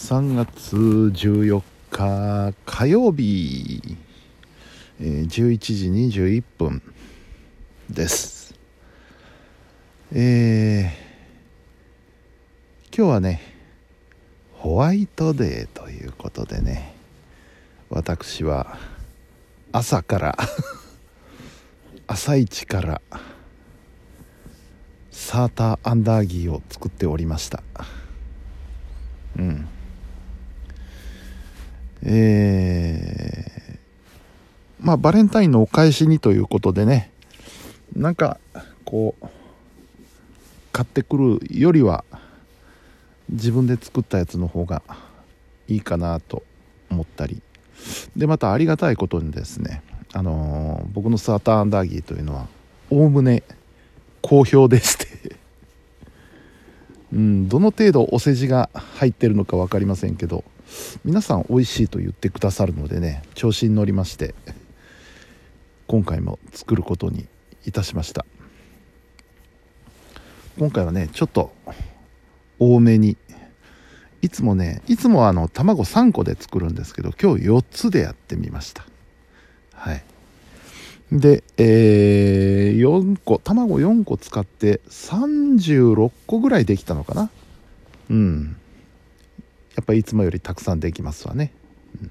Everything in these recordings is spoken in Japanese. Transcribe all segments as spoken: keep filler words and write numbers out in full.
さんがつじゅうよっか火曜日、えー、じゅういちじにじゅういっぷんです。えー、今日はねホワイトデーということでね、私は朝から朝一からサーターアンダーギーを作っておりました。うんえー、まあバレンタインのお返しにということでね、なんかこう買ってくるよりは自分で作ったやつの方がいいかなと思ったりで、またありがたいことにですね、あのー、僕のサーターアンダーギーというのはおおむね好評でしてうん、どの程度お世辞が入ってるのか分かりませんけど、皆さん美味しいと言ってくださるのでね、調子に乗りまして今回も作ることにいたしました。今回はねちょっと多めに、いつもねいつもはあの卵さんこで作るんですけど、今日よっつでやってみました。はいで、えー、よんこ卵よんこ使ってさんじゅうろっこぐらいできたのかな。うんやっぱりいつもよりたくさんできますわね。うん、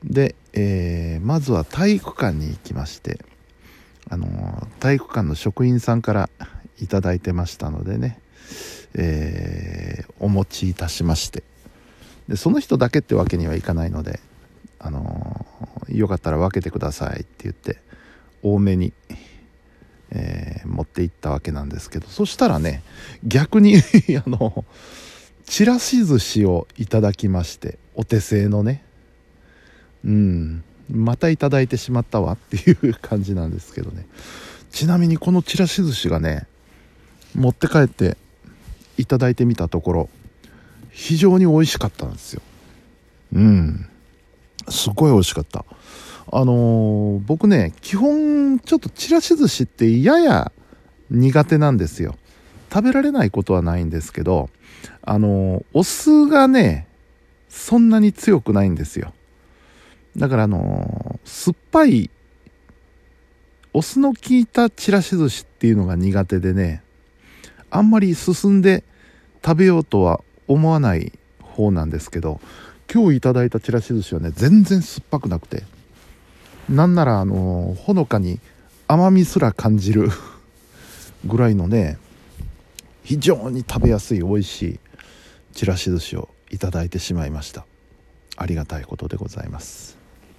で、えー、まずは体育館に行きまして、あのー、体育館の職員さんからいただいてましたのでね、えー、お持ちいたしまして、でその人だけってわけにはいかないので、あのー、よかったら分けてくださいって言って多めに、えー、持っていったわけなんですけど、そしたらね逆にあのちらし寿司をいただきまして、お手製のね、うんまたいただいてしまったわっていう感じなんですけどね。ちなみにこのちらし寿司がね持って帰っていただいてみたところ非常に美味しかったんですよ。うんすごい美味しかった。あのー、僕ね基本ちょっとちらし寿司ってやや苦手なんですよ。食べられないことはないんですけど、あのー、お酢がねそんなに強くないんですよ。だからあのー、酸っぱいお酢の効いたちらし寿司っていうのが苦手でね、あんまり進んで食べようとは思わない方なんですけど、今日いただいたちらし寿司はね全然酸っぱくなくて、なんならあのほのかに甘みすら感じるぐらいのね、非常に食べやすい美味しいちらし寿司をいただいてしまいました。ありがたいことでございます。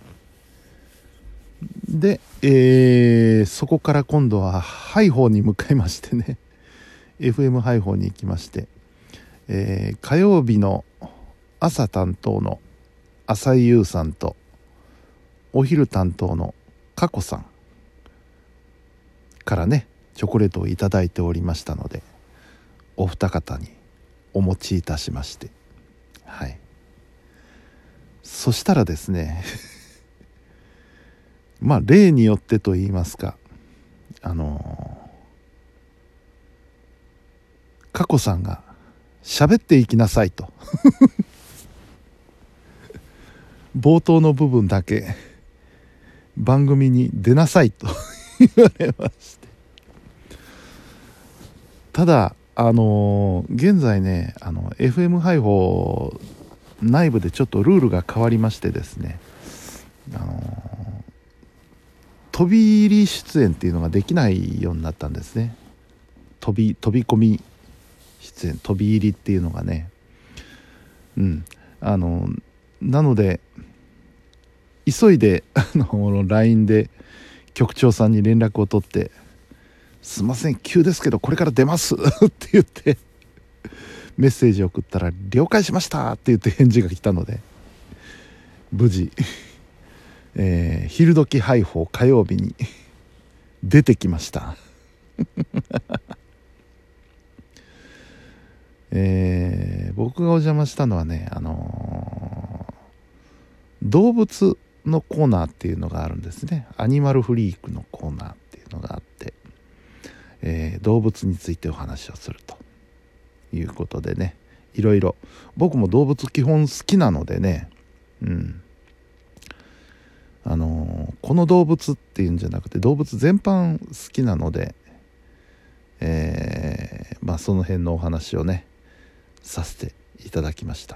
で、えー、そこから今度はハイホーに向かいましてねエフエム ハイホーに行きまして、えー、火曜日の朝担当の浅井優さんとお昼担当の佳子さんからねチョコレートをいただいておりましたので、お二方にお持ちいたしまして、はいそしたらですねまあ例によってと言いますか、あのー、佳子さんが喋っていきなさいと冒頭の部分だけ番組に出なさいと言われまして、ただあのー、現在ねあの エフエム ハイホー内部でちょっとルールが変わりましてですね、あのー、飛び入り出演っていうのができないようになったんですね。飛び飛び込み出演、飛び入りっていうのがね、うんあのー、なので急いであの ライン で局長さんに連絡を取って、すいません急ですけどこれから出ますって言ってメッセージを送ったら、了解しましたって言って返事が来たので、無事、えー、昼時配報火曜日に出てきましたえー、僕がお邪魔したのはね、あのー、動物のコーナーっていうのがあるんですね。アニマルフリークのコーナーっていうのがあって、えー、動物についてお話をするということでねいろいろ僕も動物基本好きなのでね、うんあのーこの動物っていうんじゃなくて動物全般好きなので、えー、まあその辺のお話をねさせていただきました。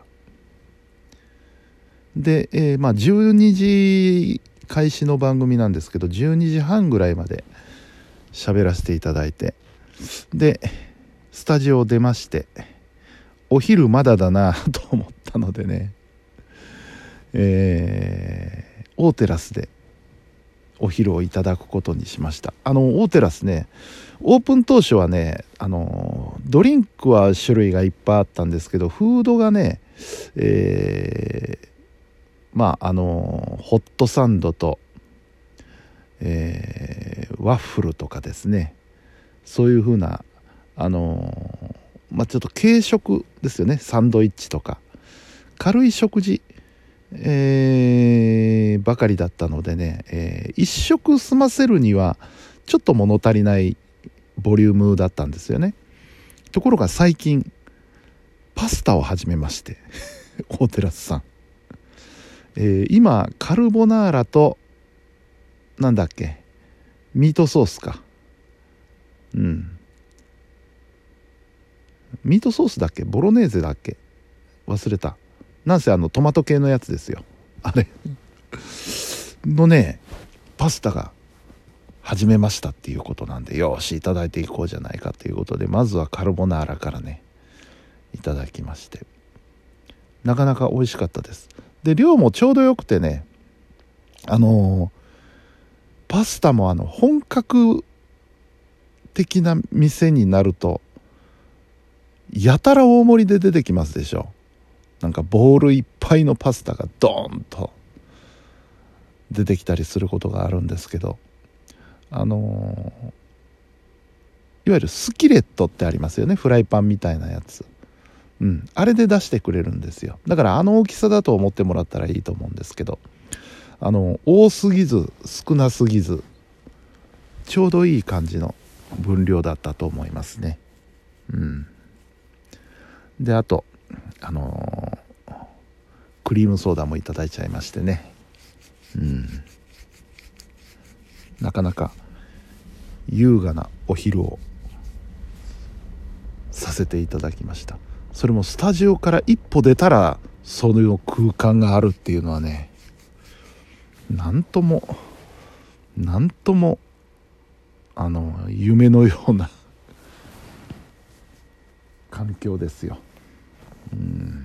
で、えー、まあじゅうにじ開始の番組なんですけどじゅうにじはんぐらいまで喋らせていただいて、でスタジオを出まして、お昼まだだなと思ったのでね、えー、大テラスでお昼をいただくことにしました。あの大テラスね、オープン当初はね、あのドリンクは種類がいっぱいあったんですけど、フードがね、えー、まああのホットサンドと、えー、ワッフルとかですね、そういう風なあのまあちょっと軽食ですよね。サンドイッチとか軽い食事、えー、ばかりだったのでね、えー、一食済ませるにはちょっと物足りないボリュームだったんですよね。ところが最近パスタを始めまして大テラスさん、えー、今カルボナーラとなんだっけミートソースか、うんミートソースだっけボロネーゼだっけ忘れた。なんせあのトマト系のやつですよ、あれのねパスタが始めましたっていうことなんで、よしいただいていこうじゃないかということで、まずはカルボナーラからねいただきまして、なかなか美味しかったです。で量もちょうどよくてね、あのー、パスタもあの本格的な店になるとやたら大盛りで出てきますでしょ。なんかボウルいっぱいのパスタがドーンと出てきたりすることがあるんですけど、あのー、いわゆるスキレットってありますよね、フライパンみたいなやつ、うん、あれで出してくれるんですよ。だからあの大きさだと思ってもらったらいいと思うんですけど、あの多すぎず少なすぎずちょうどいい感じの分量だったと思いますね。うんであとあのー、クリームソーダもいただいちゃいましてね、うんなかなか優雅なお昼をさせていただきました。それもスタジオから一歩出たらその空間があるっていうのはね、なんともなんともあの夢のような環境ですよ。うん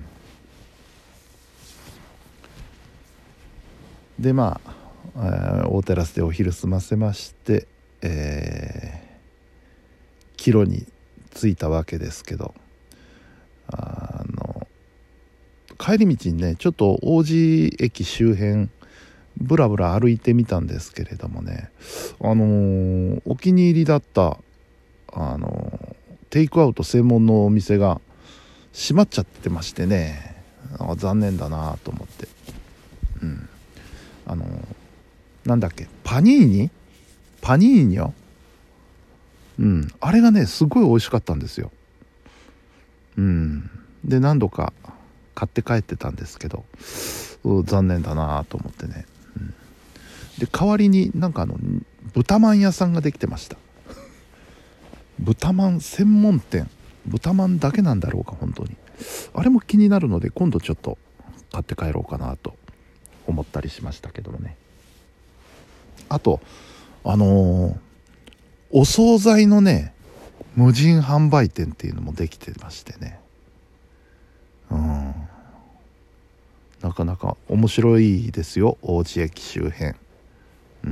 でまあ、えー、大テラスでお昼済ませまして、えー、帰路に着いたわけですけど、あの帰り道にねちょっと王子駅周辺ブラブラ歩いてみたんですけれどもね、あのー、お気に入りだったあのー、テイクアウト専門のお店が閉まっちゃってましてね、あ残念だなと思って、うんあのなんだっけパニーニパニーニョうんあれがねすごい美味しかったんですよ。うんで何度か買って帰ってたんですけど残念だなと思ってね、うん、で代わりになんかあの豚まん屋さんができてました豚まん専門店、豚まんだけなんだろうか本当に、あれも気になるので今度ちょっと買って帰ろうかなと思ったりしましたけどもね。あとあのー、お惣菜のね無人販売店っていうのもできてましてね、うんなかなか面白いですよ王子駅周辺、うん、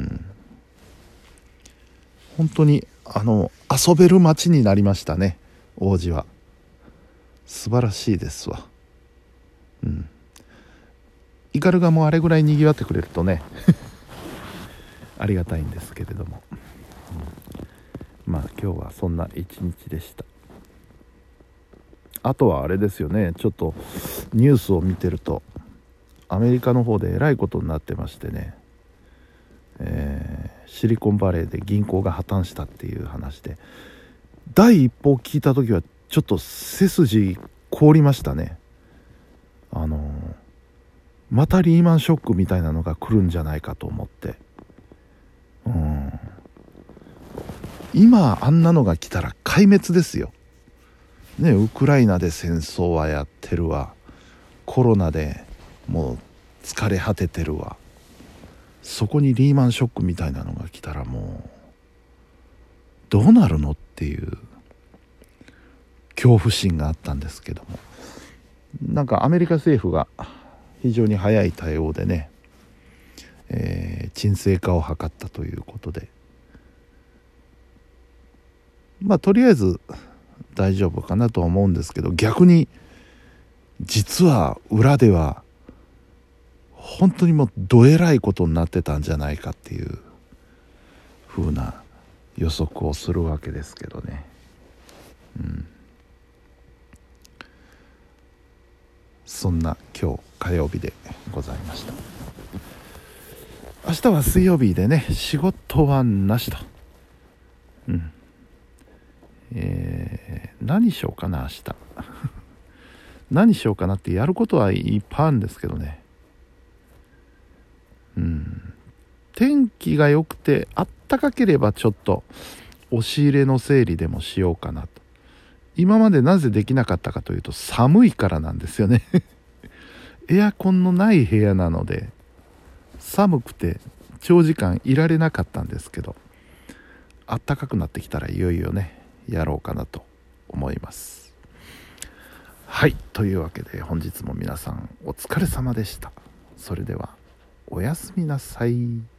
本当にあの遊べる街になりましたね王子は。素晴らしいですわ。うんイカルガもあれぐらいにぎわってくれるとねありがたいんですけれども、うん、まあ今日はそんな一日でした。あとはあれですよね、ちょっとニュースを見てるとアメリカの方でえらいことになってましてね、えー、シリコンバレーで銀行が破綻したっていう話で、第一報を聞いた時はちょっと背筋凍りましたね。あのまたリーマンショックみたいなのが来るんじゃないかと思って、うん、今あんなのが来たら壊滅ですよね。ウクライナで戦争はやってるわ、コロナでもう疲れ果ててるわ、そこにリーマンショックみたいなのが来たらもうどうなるのっていう恐怖心があったんですけども、なんかアメリカ政府が非常に早い対応でね、えー、沈静化を図ったということで、まあとりあえず大丈夫かなとは思うんですけど、逆に実は裏では本当にもうどえらいことになってたんじゃないかっていう風な予測をするわけですけどね、うん、そんな今日火曜日でございました。明日は水曜日でね、仕事はなしと、うんえー、何しようかな明日何しようかなってやることはいっぱいあるんですけどね、うん、天気が良くてあったかければちょっと押し入れの整理でもしようかなと。今までなぜできなかったかというと寒いからなんですよねエアコンのない部屋なので寒くて長時間いられなかったんですけど、あったかくなってきたらいよいよねやろうかなと思います。はい、というわけで本日も皆さんお疲れ様でした。それではおやすみなさい。